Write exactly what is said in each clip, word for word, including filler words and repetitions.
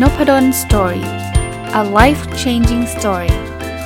Noppadan Story. A life-changing story.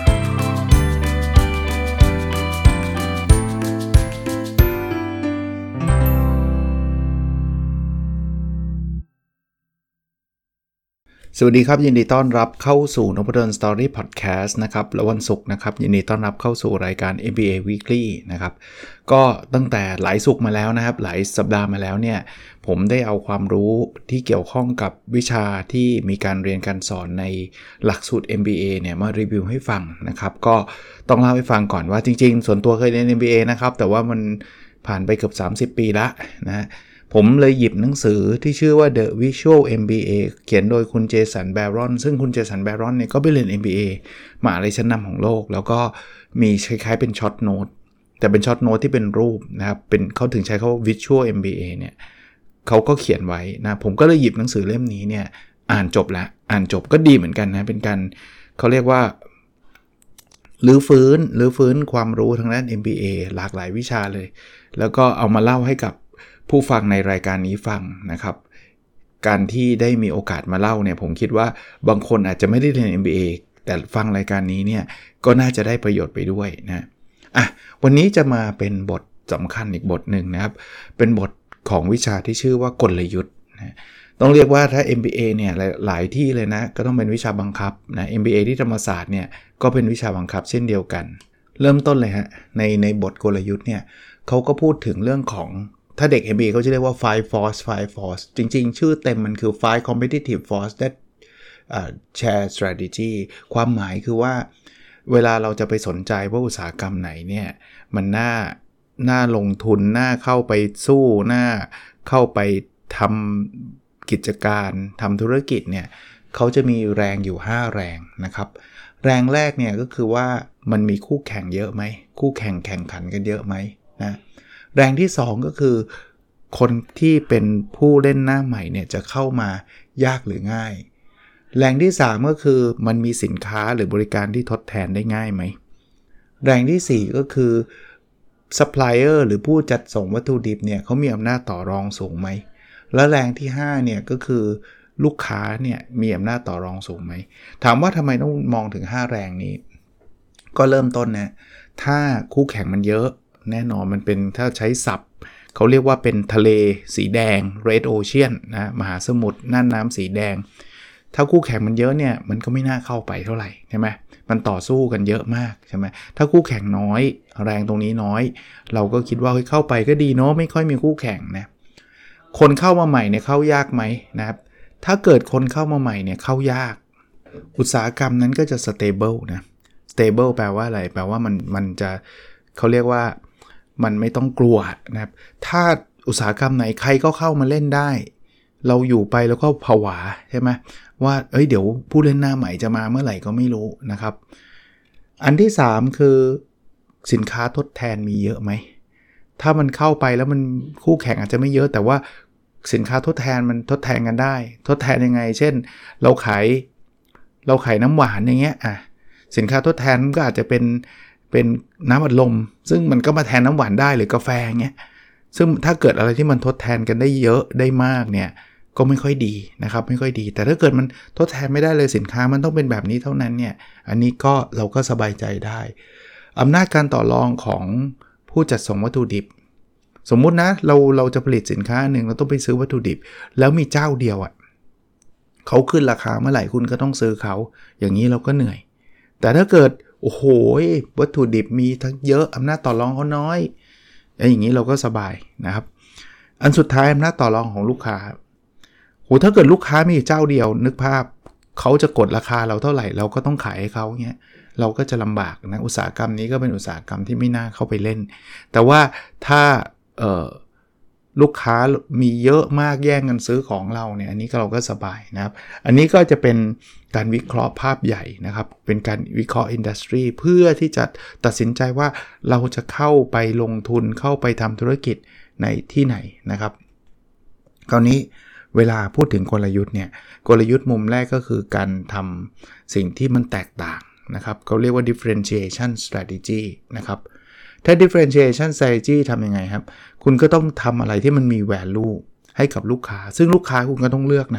สวัสดีครับยินดีต้อนรับเข้าสู่ Noppadan Story Podcast นะครับและวันศุกร์นะครับยินดีต้อนรับเข้าสู่รายการ เอ็ม บี เอ Weekly นะครับก็ตั้งแต่หลายศุกร์มาแล้วนะครับหลายสัปดาห์มาแล้วเนี่ยผมได้เอาความรู้ที่เกี่ยวข้องกับวิชาที่มีการเรียนการสอนในหลักสูตร เอ็ม บี เอ เนี่ยมารีวิวให้ฟังนะครับก็ต้องเล่าให้ฟังก่อนว่าจริงๆส่วนตัวเคยเรียน เอ็ม บี เอ นะครับแต่ว่ามันผ่านไปเกือบสามสิบปีละนะผมเลยหยิบหนังสือที่ชื่อว่า The Visual เอ็ม บี เอ เขียนโดยคุณเจสันแบรอนซึ่งคุณเจสันแบรอนเนี่ยก็ไปเรียน เอ็ม บี เอ มหาวิทยาลัยชั้นนำของโลกแล้วก็มีคล้ายๆเป็นช็อตโน้ตแต่เป็นช็อตโน้ตที่เป็นรูปนะครับเป็นเขาถึงใช้คำว่า Visual เอ็ม บี เอ เนี่ยเขาก็เขียนไว้นะผมก็เลยหยิบหนังสือเล่มนี้เนี่ยอ่านจบแล้วอ่านจบก็ดีเหมือนกันนะเป็นการเขาเรียกว่ารื้อฟื้นรื้อฟื้นความรู้ทางด้าน เอ็ม บี เอ หลากหลายวิชาเลยแล้วก็เอามาเล่าให้กับผู้ฟังในรายการนี้ฟังนะครับการที่ได้มีโอกาสมาเล่าเนี่ยผมคิดว่าบางคนอาจจะไม่ได้เรียน เอ็ม บี เอ แต่ฟังรายการนี้เนี่ยก็น่าจะได้ประโยชน์ไปด้วยนะอ่ะวันนี้จะมาเป็นบทสำคัญอีกบทหนึ่งนะครับเป็นบทของวิชาที่ชื่อว่ากลยุทธ์นะต้องเรียกว่าถ้า เอ็ม บี เอ เนี่ยหลายที่เลยนะก็ต้องเป็นวิชาบังคับนะ เอ็ม บี เอ ที่ธรรมศาสตร์เนี่ยก็เป็นวิชาบังคับเช่นเดียวกันเริ่มต้นเลยฮะในในบทกลยุทธ์เนี่ยเขาก็พูดถึงเรื่องของถ้าเด็ก เอ็ม บี เอ เขาจะเรียกว่า five force five force จริงๆชื่อเต็มมันคือ five competitive force that uh, share strategy ความหมายคือว่าเวลาเราจะไปสนใจว่าอุตสาหกรรมไหนเนี่ยมันน่าน่าลงทุนน่าเข้าไปสู้น่าเข้าไปทำกิจการทำธุรกิจเนี่ยเขาจะมีแรงอยู่ห้าแรงนะครับแรงแรกเนี่ยก็คือว่ามันมีคู่แข่งเยอะไหมคู่แข่งแข่งขันกันเยอะไหมนะแรงที่สองก็คือคนที่เป็นผู้เล่นหน้าใหม่เนี่ยจะเข้ามายากหรือง่ายแรงที่สามก็คือมันมีสินค้าหรือบริการที่ทดแทนได้ง่ายไหมแรงที่สี่ก็คือซัพพลายเออร์หรือผู้จัดส่งวัตถุดิบเนี่ยเขามีอำนาจต่อรองสูงไหมและแรงที่ห้าเนี่ยก็คือลูกค้าเนี่ยมีอำนาจต่อรองสูงไหมถามว่าทำไมต้องมองถึงห้าแรงนี้ก็เริ่มต้นนะถ้าคู่แข่งมันเยอะแน่นอนมันเป็นถ้าใช้ศัพท์เขาเรียกว่าเป็นทะเลสีแดง Red Ocean นะมหาสมุทรน่านน้ำสีแดงถ้าคู่แข่งมันเยอะเนี่ยมันก็ไม่น่าเข้าไปเท่าไหร่ใช่ไหมมันต่อสู้กันเยอะมากใช่ไหมถ้าคู่แข่งน้อยแรงตรงนี้น้อยเราก็คิดว่าเฮ้ยเข้าไปก็ดีเนาะไม่ค่อยมีคู่แข่งนะคนเข้ามาใหม่เนี่ยเข้ายากไหมนะครับถ้าเกิดคนเข้ามาใหม่เนี่ยเข้ายากอุตสาหกรรมนั้นก็จะ stable นะ stable แปลว่าอะไรแปลว่ามันมันจะเขาเรียกว่ามันไม่ต้องกลัวนะครับถ้าอุตสาหกรรมไหนใครก็เข้ามาเล่นได้เราอยู่ไปแล้วก็ผวาใช่ไหมว่าเอ้ยเดี๋ยวผู้เล่นหน้าใหม่จะมาเมื่อไหร่ก็ไม่รู้นะครับอันที่สามคือสินค้าทดแทนมีเยอะไหมถ้ามันเข้าไปแล้วมันคู่แข่งอาจจะไม่เยอะแต่ว่าสินค้าทดแทนมันทดแทนกันได้ทดแทนยังไงเช่นเราขายเราขายน้ำหวานอย่างเงี้ยอ่ะสินค้าทดแทนก็อาจจะเป็นเป็นน้ำอัดลมซึ่งมันก็มาแทนน้ำหวานได้หรือกาแฟเงี้ยซึ่งถ้าเกิดอะไรที่มันทดแทนกันได้เยอะได้มากเนี่ยก็ไม่ค่อยดีนะครับไม่ค่อยดีแต่ถ้าเกิดมันทดแทนไม่ได้เลยสินค้ามันต้องเป็นแบบนี้เท่านั้นเนี่ยอันนี้ก็เราก็สบายใจได้อำนาจการต่อรองของผู้จัดส่งวัตถุดิบสมมุตินะเราเราจะผลิตสินค้าหนึ่งเราต้องไปซื้อวัตถุดิบแล้วมีเจ้าเดียวอ่ะเขาขึ้นราคาเมื่อไหร่คุณก็ต้องซื้อเขาอย่างนี้เราก็เหนื่อยแต่ถ้าเกิดโอ้โหวัตถุดิบมีทั้งเยอะอำนาจต่อรองเขาน้อยอย่างนี้เราก็สบายนะครับอันสุดท้ายอำนาจต่อรองของลูกค้าโหถ้าเกิดลูกค้ามีเจ้าเดียวนึกภาพเขาจะกดราคาเราเท่าไหร่เราก็ต้องขายให้เขาเงี้ยเราก็จะลำบากนะอุตสาหกรรมนี้ก็เป็นอุตสาหกรรมที่ไม่น่าเข้าไปเล่นแต่ว่าถ้าเอ่อลูกค้ามีเยอะมากแย่งกันซื้อของเราเนี่ยอันนี้เราก็สบายนะครับอันนี้ก็จะเป็นการวิเคราะห์ภาพใหญ่นะครับเป็นการวิเคราะห์อินดัสทรีเพื่อที่จะตัดสินใจว่าเราจะเข้าไปลงทุนเข้าไปทำธุรกิจในที่ไหนนะครับคราวนี้เวลาพูดถึงกลยุทธ์เนี่ยกลยุทธ์มุมแรกก็คือการทำสิ่งที่มันแตกต่างนะครับเขาเรียกว่า differentiation strategy นะครับถ้า differentiation strategy ทำยังไงครับคุณก็ต้องทำอะไรที่มันมี value ให้กับลูกค้าซึ่งลูกค้าคุณก็ต้องเลือกนะ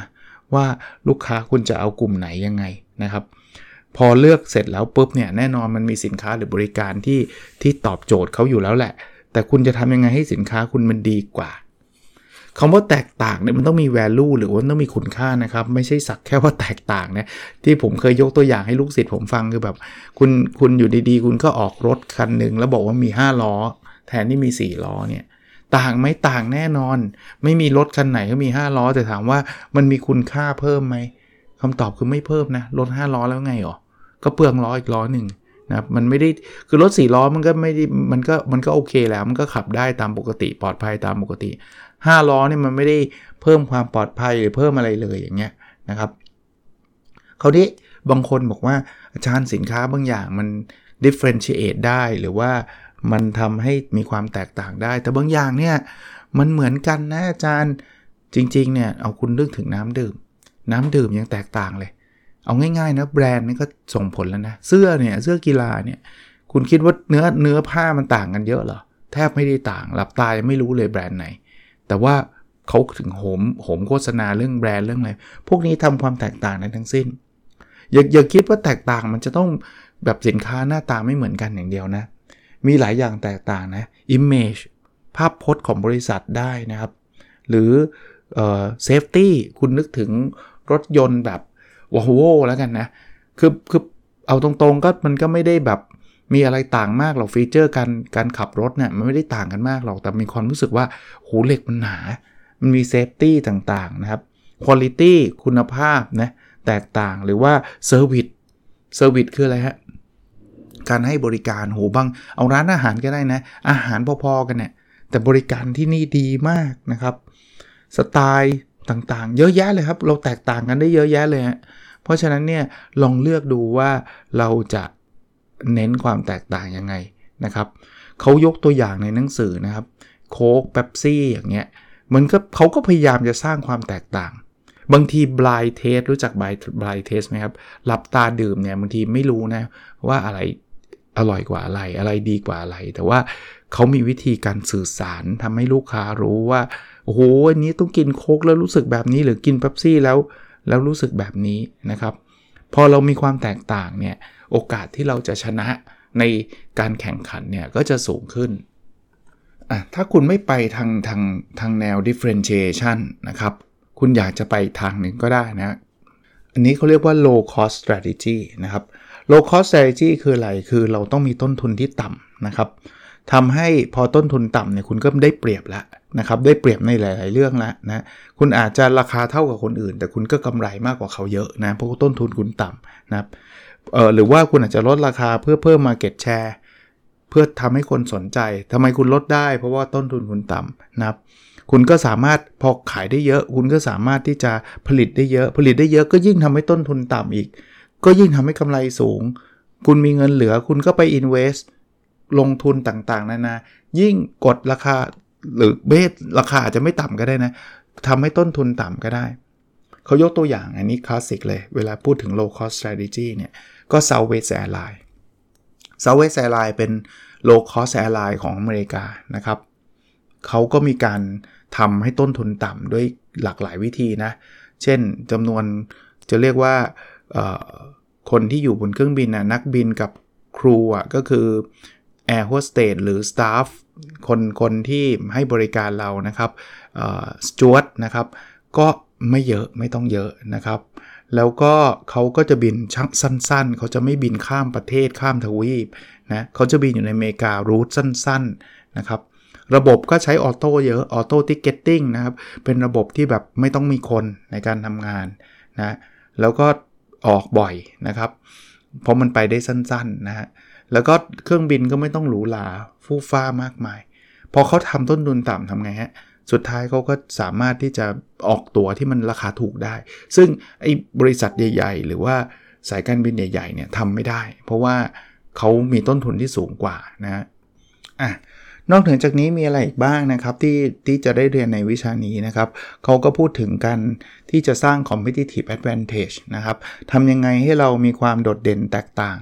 ว่าลูกค้าคุณจะเอากลุ่มไหนยังไงนะครับพอเลือกเสร็จแล้วปุ๊บเนี่ยแน่นอนมันมีสินค้าหรือบริการที่ที่ตอบโจทย์เขาอยู่แล้วแหละแต่คุณจะทำยังไงให้สินค้าคุณมันดีกว่าคำว่าแตกต่างเนี่ยมันต้องมี value หรือว่าต้องมีคุณค่านะครับไม่ใช่สักแค่ว่าแตกต่างนะที่ผมเคยยกตัวอย่างให้ลูกศิษย์ผมฟังคือแบบคุณคุณอยู่ดีๆคุณก็ออกรถคันนึงแล้วบอกว่ามีห้าล้อแทนที่มีสี่ล้อเนี่ยต่างไหมต่างแน่นอนไม่มีรถคันไหนก็มีห้าล้อแต่ถามว่ามันมีคุณค่าเพิ่มไหมคำตอบคือไม่เพิ่มนะรถห้าล้อแล้วไงอ๋อก็เปลืองล้ออีกล้อนึงนะมันไม่ได้คือรถสี่ล้อมันก็ไม่ได้มันก็มันก็โอเคแล้วมันก็ขับได้ตามปกติปลอดภัยตามปกติห้าล้อเนี่ยมันไม่ได้เพิ่มความปลอดภัยหรือเพิ่มอะไรเลยอย่างเงี้ยนะครับคราวนี้บางคนบอกว่าอาจารย์สินค้าบางอย่างมัน differentiate ได้หรือว่ามันทำให้มีความแตกต่างได้แต่บางอย่างเนี่ยมันเหมือนกันนะอาจารย์จริงๆเนี่ยเอาคุณนึกถึงน้ำดื่มน้ำดื่มยังแตกต่างเลยเอาง่ายๆนะแบรนด์นี่ก็ส่งผลแล้วนะเสื้อเนี่ยเสื้อกีฬาเนี่ยคุณคิดว่าเนื้อเนื้อผ้ามันต่างกันเยอะเหรอแทบไม่ได้ต่างหลับตายังไม่รู้เลยแบรนด์ไหนแต่ว่าเขาถึงโหมโหมโฆษณาเรื่องแบรนด์เรื่องอะไรพวกนี้ทำความแตกต่างในทั้งสิ้นอย่าอย่าคิดว่าแตกต่างมันจะต้องแบบสินค้าหน้าตาไม่เหมือนกันอย่างเดียวนะมีหลายอย่างแตกต่างนะ image ภาพพจน์ของบริษัทได้นะครับหรือเอ่อ safety คุณนึกถึงรถยนต์แบบวอลโวแล้วกันนะคือคือเอาตรงๆก็มันก็ไม่ได้แบบมีอะไรต่างมากหรอกฟีเจอร์การการขับรถเนี่ยมันไม่ได้ต่างกันมากหรอกแต่มีความรู้สึกว่าโหเหล็กมันหนามันมีเซฟตี้ต่างๆนะครับคุณภาพคุณภาพนะแตกต่างหรือว่าเซอร์วิสเซอร์วิสคืออะไรฮะการให้บริการโหบางเอาร้านอาหารก็ได้นะอาหารพอๆกันเนี่ยแต่บริการที่นี่ดีมากนะครับสไตล์ต่างๆเยอะแยะเลยครับเราแตกต่างกันได้เยอะแยะเลยฮะเพราะฉะนั้นเนี่ยลองเลือกดูว่าเราจะเน้นความแตกต่างยังไงนะครับเขายกตัวอย่างในหนังสือนะครับโค้กเป๊ปซี่อย่างเงี้ยมันก็เขาก็พยายามจะสร้างความแตกต่างบางที blind taste รู้จัก blind taste ไหมครับหลับตาดื่มเนี่ยบางทีไม่รู้นะว่าอะไรอร่อยกว่าอะไรอะไรดีกว่าอะไรแต่ว่าเขามีวิธีการสื่อสารทำให้ลูกค้ารู้ว่าโอ้โหอันนี้ต้องกินโค้กแล้วรู้สึกแบบนี้หรือกินเป๊ปซี่แล้วแล้วรู้สึกแบบนี้นะครับพอเรามีความแตกต่างเนี่ยโอกาสที่เราจะชนะในการแข่งขันเนี่ยก็จะสูงขึ้นอ่ะถ้าคุณไม่ไปทางทางทางแนว differentiation นะครับคุณอยากจะไปทางหนึ่งก็ได้นะอันนี้เขาเรียกว่า low cost strategy นะครับ low cost strategy คืออะไรคือเราต้องมีต้นทุนที่ต่ำนะครับทำให้พอต้นทุนต่ำเนี่ยคุณก็ได้เปรียบแล้วนะครับได้เปรียบในหลายๆเรื่องแล้วนะคุณอาจจะราคาเท่ากับคนอื่นแต่คุณก็กำไรมากกว่าเขาเยอะนะเพราะต้นทุนคุณต่ำนะครับเออหรือว่าคุณอาจจะลดราคาเพื่อเพิ่ม market share เพื่อทำให้คนสนใจทำไมคุณลดได้เพราะว่าต้นทุนคุณต่ำนะครับคุณก็สามารถพอขายได้เยอะคุณก็สามารถที่จะผลิตได้เยอะผลิตได้เยอะก็ยิ่งทำให้ต้นทุนต่ำอีกก็ยิ่งทำให้กำไรสูงคุณมีเงินเหลือคุณก็ไป invest ลงทุนต่างๆนานายิ่งกดราคาหรือเบสราคาอาจจะไม่ต่ำก็ได้นะทำให้ต้นทุนต่ำก็ได้เขายกตัวอย่างอันนี้คลาสสิกเลยเวลาพูดถึง low cost strategy เนี่ยก็ Southwest Airlines Southwest Airlines เป็น low cost airline ของอเมริกานะครับเขาก็มีการทำให้ต้นทุนต่ำด้วยหลากหลายวิธีนะเช่นจำนวนจะเรียกว่าคนที่อยู่บนเครื่องบินนะนักบินกับครูอ่ะก็คือ Air Hostess หรือ Staff คนคนที่ให้บริการเรานะครับสจ๊วตนะครับก็ไม่เยอะไม่ต้องเยอะนะครับแล้วก็เขาก็จะบินชักสั้นๆเขาจะไม่บินข้ามประเทศข้ามทวีปนะเขาจะบินอยู่ในอเมริการูทสั้นๆนะครับระบบก็ใช้ออโต้เยอะออโต้ทิกเก็ตติ้งนะครับเป็นระบบที่แบบไม่ต้องมีคนในการทำงานนะแล้วก็ออกบ่อยนะครับเพราะมันไปได้สั้นๆนะฮะแล้วก็เครื่องบินก็ไม่ต้องหรูหราฟู่ฟ้ามากมายพอเขาทำต้นทุนต่ำทำไงฮะสุดท้ายเขาก็สามารถที่จะออกตั๋วที่มันราคาถูกได้ซึ่งไอ้บริษัทใหญ่ๆหรือว่าสายการบินใหญ่ๆเนี่ยทำไม่ได้เพราะว่าเขามีต้นทุนที่สูงกว่านะอ่ะนอกเหนือจากนี้มีอะไรอีกบ้างนะครับที่ที่จะได้เรียนในวิชานี้นะครับเขาก็พูดถึงกันที่จะสร้าง competitive advantage นะครับทำยังไงให้เรามีความโดดเด่นแตกต่าง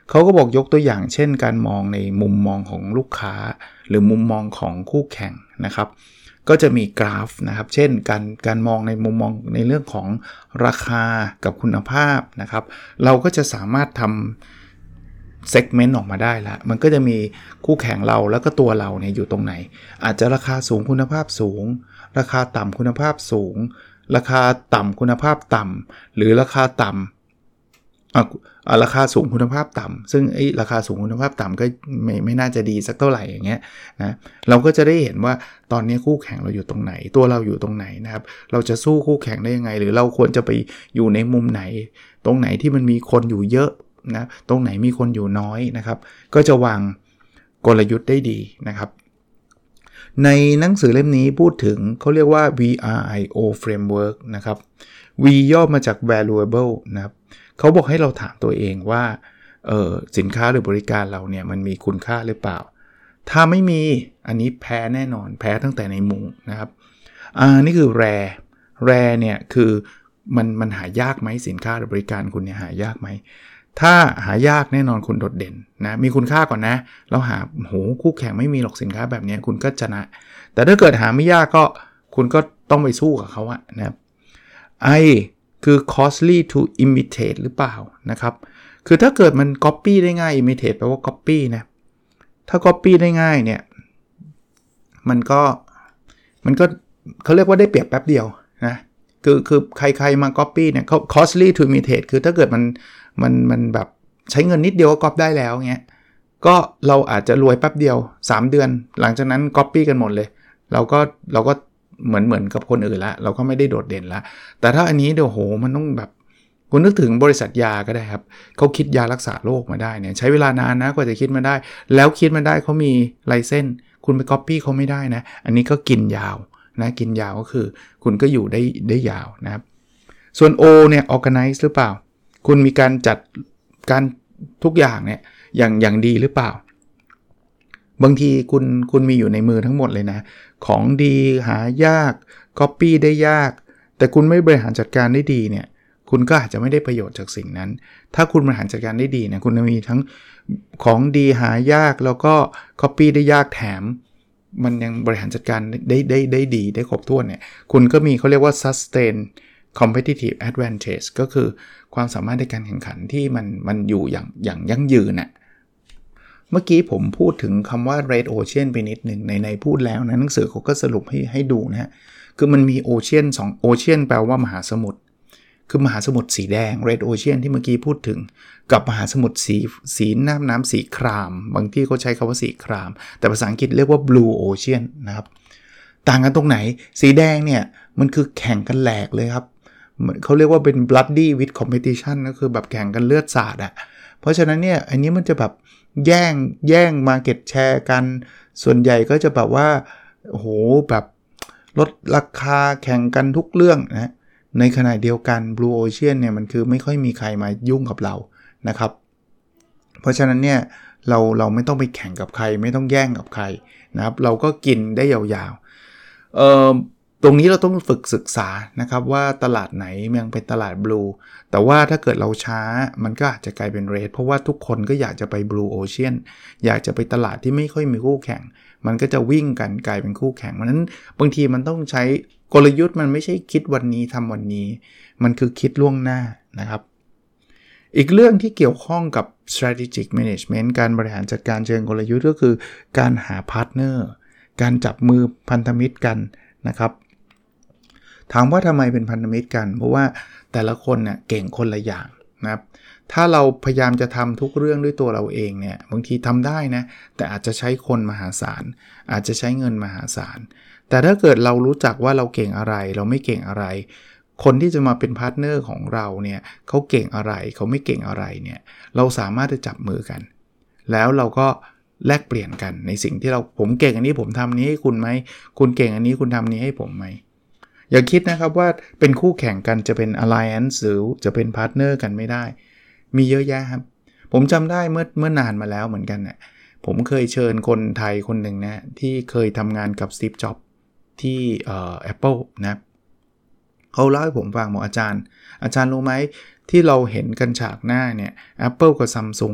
เขาก็บอกยกตัวอย่างเช่นการมองในมุมมองของลูกค้าหรือมุมมองของคู่แข่งนะครับก็จะมีกราฟนะครับเช่นการการมองในมุมมองในเรื่องของราคากับคุณภาพนะครับเราก็จะสามารถทำเซกเมนต์ออกมาได้ละมันก็จะมีคู่แข่งเราแล้วก็ตัวเราเนี่ยอยู่ตรงไหนอาจจะราคาสูงคุณภาพสูงราคาต่ำคุณภาพสูงราคาต่ำคุณภาพต่ำหรือราคาต่ำราคาสูงคุณภาพต่ำซึ่งไอ้ราคาสูงคุณภาพต่ำก็ไม่ไม่น่าจะดีสักเท่าไหร่อย่างเงี้ยนะเราก็จะได้เห็นว่าตอนนี้คู่แข่งเราอยู่ตรงไหนตัวเราอยู่ตรงไหนนะครับเราจะสู้คู่แข่งได้ยังไงหรือเราควรจะไปอยู่ในมุมไหนตรงไหนที่มันมีคนอยู่เยอะนะตรงไหนมีคนอยู่น้อยนะครับก็จะวางกลยุทธ์ได้ดีนะครับในหนังสือเล่มนี้พูดถึงเขาเรียกว่า วี อาร์ ไอ โอ Framework นะครับ V ย่อมาจาก valuable นะครับเขาบอกให้เราถามตัวเองว่าเออสินค้าหรือบริการเราเนี่ยมันมีคุณค่าหรือเปล่าถ้าไม่มีอันนี้แพ้แน่นอนแพ้ตั้งแต่ในมุงนะครับอ่านี่คือ rare rare เนี่ยคือมันมันหายากไหมสินค้าหรือบริการคุณเนี่ยหายากไหมถ้าหายากแน่นอนคุณโดดเด่นนะมีคุณค่าก่อนนะแล้วหาโหคู่แข่งไม่มีหรอกสินค้าแบบนี้คุณก็ชนะแต่ถ้าเกิดหาไม่ยากก็คุณก็ต้องไปสู้กับเขาอะนะครับไอคือ costly to imitate หรือเปล่านะครับคือถ้าเกิดมัน copy ได้ง่าย imitate แปลว่า copy นะถ้า copy ได้ง่ายเนี่ยมันก็มันก็เขาเรียกว่าได้เปรียบแป๊บเดียวนะคือคือใครๆมา copy เนี่ยเขา costly to imitate คือถ้าเกิดมันมันมันแบบใช้เงินนิดเดียวก็ copy ได้แล้วเงี้ยก็เราอาจจะรวยแป๊บเดียวสามเดือนหลังจากนั้น copy กันหมดเลยเราก็เราก็เหมือนเหมือนกับคนอื่นละเราก็ไม่ได้โดดเด่นละแต่ถ้าอันนี้เดี๋ยวโหมันต้องแบบคุณนึกถึงบริษัทยาก็ได้ครับเขาคิดยารักษาโรคมาได้เนี่ยใช้เวลานานนะกว่าจะคิดมาได้แล้วคิดมาได้เขามีไลเซนส์คุณไปก๊อปปี้เขาไม่ได้นะอันนี้ก็กินยาวนะกินยาวก็คือคุณก็อยู่ได้ได้ยาวนะครับส่วน O เนี่ย organize หรือเปล่าคุณมีการจัดการทุกอย่างเนี่ยอย่างอย่างดีหรือเปล่าบางทีคุณคุณมีอยู่ในมือทั้งหมดเลยนะของดีหายาก copy ได้ยากแต่คุณไม่บริหารจัดการได้ดีเนี่ยคุณก็อาจจะไม่ได้ประโยชน์จากสิ่งนั้นถ้าคุณบริหารจัดการได้ดีเนี่ยคุณจะมีทั้งของดีหายากแล้วก็ copy ได้ยากแถมมันยังบริหารจัดการได้ได้ได้ดีได้ครบถ้วนเนี่ยคุณก็มีเขาเรียกว่า sustain competitive advantage ก็คือความสามารถในการแข่งขันที่มันมันอยู่อย่างอย่างยั่งยืนน่ะเมื่อกี้ผมพูดถึงคำว่า red ocean ไปนิดหนึ่งในในพูดแล้วนะหนังสือเขาก็สรุปให้ให้ดูนะฮะคือมันมี ocean สอง ocean แปลว่ามหาสมุทรคือมหาสมุทรสีแดง red ocean ที่เมื่อกี้พูดถึงกับมหาสมุทรสีสีน้ำน้ำสีครามบางที่เขาใช้คำว่าสีครามแต่ภาษาอังกฤษเรียกว่า blue ocean นะครับต่างกันตรงไหนสีแดงเนี่ยมันคือแข่งกันแหลกเลยครับเขาเรียกว่าเป็น bloody with competition ก็คือแบบแข่งกันเลือดสาดอ่ะเพราะฉะนั้นเนี่ยอันนี้มันจะแบบแย่งแย่ง market share กันส่วนใหญ่ก็จะแบบว่าโอ้โหแบบลดราคาแข่งกันทุกเรื่องนะในขณะเดียวกัน Blue Ocean เนี่ยมันคือไม่ค่อยมีใครมายุ่งกับเรานะครับเพราะฉะนั้นเนี่ยเราเราไม่ต้องไปแข่งกับใครไม่ต้องแย่งกับใครนะครับเราก็กินได้ยาวๆเอ่อตรงนี้เราต้องฝึกศึกษานะครับว่าตลาดไหนยังเป็นตลาด Blue แต่ว่าถ้าเกิดเราช้ามันก็อาจจะกลายเป็น Red เพราะว่าทุกคนก็อยากจะไป Blue Ocean อยากจะไปตลาดที่ไม่ค่อยมีคู่แข่งมันก็จะวิ่งกันกลายเป็นคู่แข่งเพราะนั้นบางทีมันต้องใช้กลยุทธ์มันไม่ใช่คิดวันนี้ทำวันนี้มันคือคิดล่วงหน้านะครับอีกเรื่องที่เกี่ยวข้องกับ strategic management การบริหารจัดการเชิงกลยุทธ์ก็คือการหาพาร์ทเนอร์การจับมือพันธมิตรกันนะครับถามว่าทำไมเป็นพันธมิตรกันเพราะว่าแต่ละคนเนี่ยเก่งคนละอย่างนะครับถ้าเราพยายามจะทำทุกเรื่องด้วยตัวเราเองเนี่ยบางทีทำได้นะแต่อาจจะใช้คนมหาศาลอาจจะใช้เงินมหาศาลแต่ถ้าเกิดเรารู้จักว่าเราเก่งอะไรเราไม่เก่งอะไรคนที่จะมาเป็นพาร์ทเนอร์ของเราเนี่ยเขาเก่งอะไรเขาไม่เก่งอะไรเนี่ยเราสามารถจะจับมือกันแล้วเราก็แลกเปลี่ยนกันในสิ่งที่เราผมเก่งอันนี้ผมทำนี้ให้คุณไหมคุณเก่งอันนี้คุณทำนี้ให้ผมไหมอย่าคิดนะครับว่าเป็นคู่แข่งกันจะเป็น alliance หรือจะเป็นพาร์ทเนอร์กันไม่ได้มีเยอะแยะครับผมจำได้เมื่อเมื่อนานมาแล้วเหมือนกันน่ะผมเคยเชิญคนไทยคนหนึ่งนะที่เคยทำงานกับ Steve Jobs ที่เอ่อ Apple นะเขาเล่าให้ผมฟังบอกอาจารย์อาจารย์รู้ไหมที่เราเห็นกันฉากหน้าเนี่ย Apple กับ Samsung เนี่ย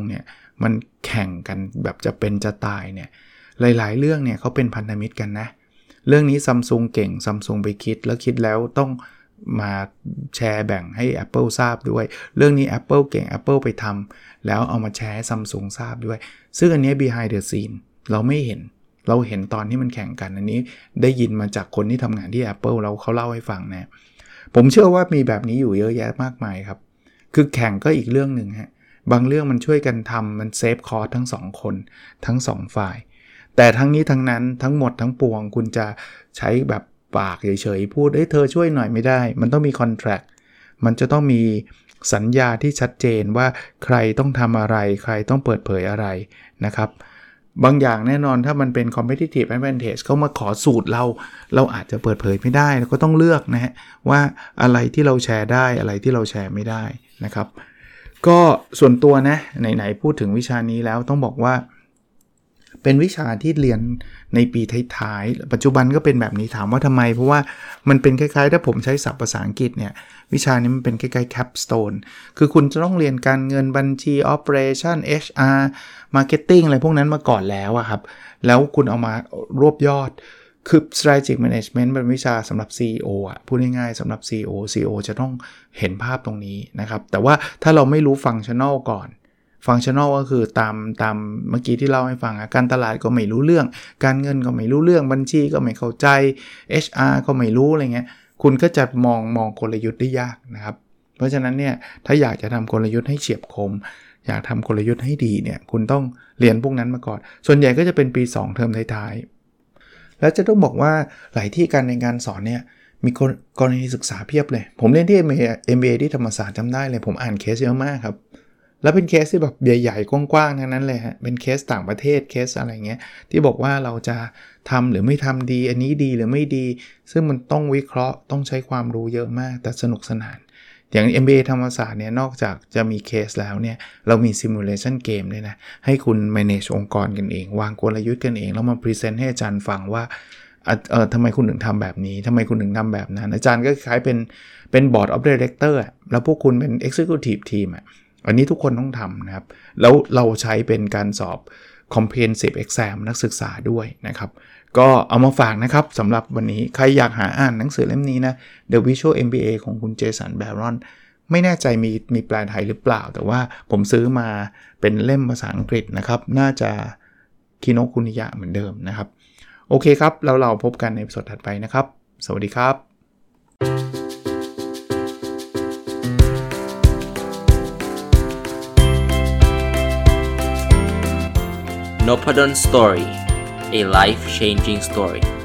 มันแข่งกันแบบจะเป็นจะตายเนี่ยหลายๆเรื่องเนี่ยเขาเป็นพันธมิตรกันนะเรื่องนี้ Samsung เก่ง Samsung ไปคิดแล้วคิดแล้วต้องมาแชร์แบ่งให้ Apple ทราบด้วยเรื่องนี้ Apple เก่ง Apple ไปทำแล้วเอามาแชร์ให้ Samsung ทราบด้วยซึ่งอันนี้ behind the scene เราไม่เห็นเราเห็นตอนที่มันแข่งกันอันนี้ได้ยินมาจากคนที่ทำงานที่ Apple แล้วเขาเล่าให้ฟังนะผมเชื่อว่ามีแบบนี้อยู่เยอะแยะมากมายครับคือแข่งก็อีกเรื่องหนึ่งฮะบางเรื่องมันช่วยกันทำมันเซฟคอสทั้งสองคนทั้งสองฝ่ายแต่ทั้งนี้ทั้งนั้นทั้งหมดทั้งปวงคุณจะใช้แบบปากเฉยๆพูดเอ้ยเธอช่วยหน่อยไม่ได้มันต้องมีคอนแทรคมันจะต้องมีสัญญาที่ชัดเจนว่าใครต้องทำอะไรใครต้องเปิดเผยอะไรนะครับบางอย่างแน่นอนถ้ามันเป็น competitive advantage เขามาขอสูตรเราเราอาจจะเปิดเผยไม่ได้แล้วก็ต้องเลือกนะฮะว่าอะไรที่เราแชร์ได้อะไรที่เราแชร์ไม่ได้นะครับก็ส่วนตัวนะไหนๆพูดถึงวิชานี้แล้วต้องบอกว่าเป็นวิชาที่เรียนในปีท้ายๆปัจจุบันก็เป็นแบบนี้ถามว่าทำไมเพราะว่ามันเป็นคล้ายๆถ้าผมใช้ศัพท์ภาษาอังกฤษเนี่ยวิชานี้มันเป็นคล้ายๆ capstone คือคุณจะต้องเรียนการเงินบัญชี operation เอช อาร์ marketing อะไรพวกนั้นมาก่อนแล้วอะครับแล้วคุณเอามารวบยอดคือ strategic management เป็นวิชาสำหรับ ซี อี โอ อ่ะพูดง่ายๆสำหรับ ซี อี โอ ซี อี โอ จะต้องเห็นภาพตรงนี้นะครับแต่ว่าถ้าเราไม่รู้ functional ก่อนฟังก์ชันนัลก็คือตามตามเมื่อกี้ที่เล่าให้ฟังการตลาดก็ไม่รู้เรื่องการเงินก็ไม่รู้เรื่องบัญชีก็ไม่เข้าใจ เอช อาร์ ก็ไม่รู้อะไรเงี้ยคุณก็จะมองมองกลยุทธ์ได้ยากนะครับเพราะฉะนั้นเนี่ยถ้าอยากจะทำกลยุทธ์ให้เฉียบคมอยากทำกลยุทธ์ให้ดีเนี่ยคุณต้องเรียนพวกนั้นมาก่อนส่วนใหญ่ก็จะเป็นปีสองเทอมท้ายๆแล้วจะต้องบอกว่าหลายที่การในการสอนเนี่ยมีกรณีศึกษาเพียบเลยผมเรียนที่ เอ็ม บี เอ ที่ธรรมศาสตร์จำได้เลยผมอ่านเคสเยอะมากครับแล้วเป็นเคสที่แบบใหญ่ๆกว้างๆทั้งนั้นเลยฮะเป็นเคสต่างประเทศเคสอะไรเงี้ยที่บอกว่าเราจะทำหรือไม่ทำดีอันนี้ดีหรือไม่ดีซึ่งมันต้องวิเคราะห์ต้องใช้ความรู้เยอะมากแต่สนุกสนานอย่าง เอ็ม บี เอ ธรรมศาสตร์เนี่ยนอกจากจะมีเคสแล้วเนี่ยเรามี simulation game ด้วยนะให้คุณ manage องค์กรกันเองวางกลยุทธ์กันเองแล้วมา present ให้อาจารย์ฟังว่าเออทำไมคุณถึงทำแบบนี้ทำไมคุณถึงทำแบบนั้นอาจารย์ก็คล้ายเป็นเป็น board of director แล้วพวกคุณเป็น executive team อ่ะอันนี้ทุกคนต้องทำนะครับแล้วเราใช้เป็นการสอบ comprehensive exam นักศึกษาด้วยนะครับก็เอามาฝากนะครับสำหรับวันนี้ใครอยากหาอ่านหนังสือเล่มนี้นะ The Visual เอ็ม บี เอ ของคุณเจสันแบรอนไม่แน่ใจมีมีแปลไทยหรือเปล่าแต่ว่าผมซื้อมาเป็นเล่มภาษาอังกฤษนะครับน่าจะคิโนคุนิยะเหมือนเดิมนะครับโอเคครับแล้วเราพบกันในตอนถัดไปนะครับสวัสดีครับ Nopadon Story, a life-changing story.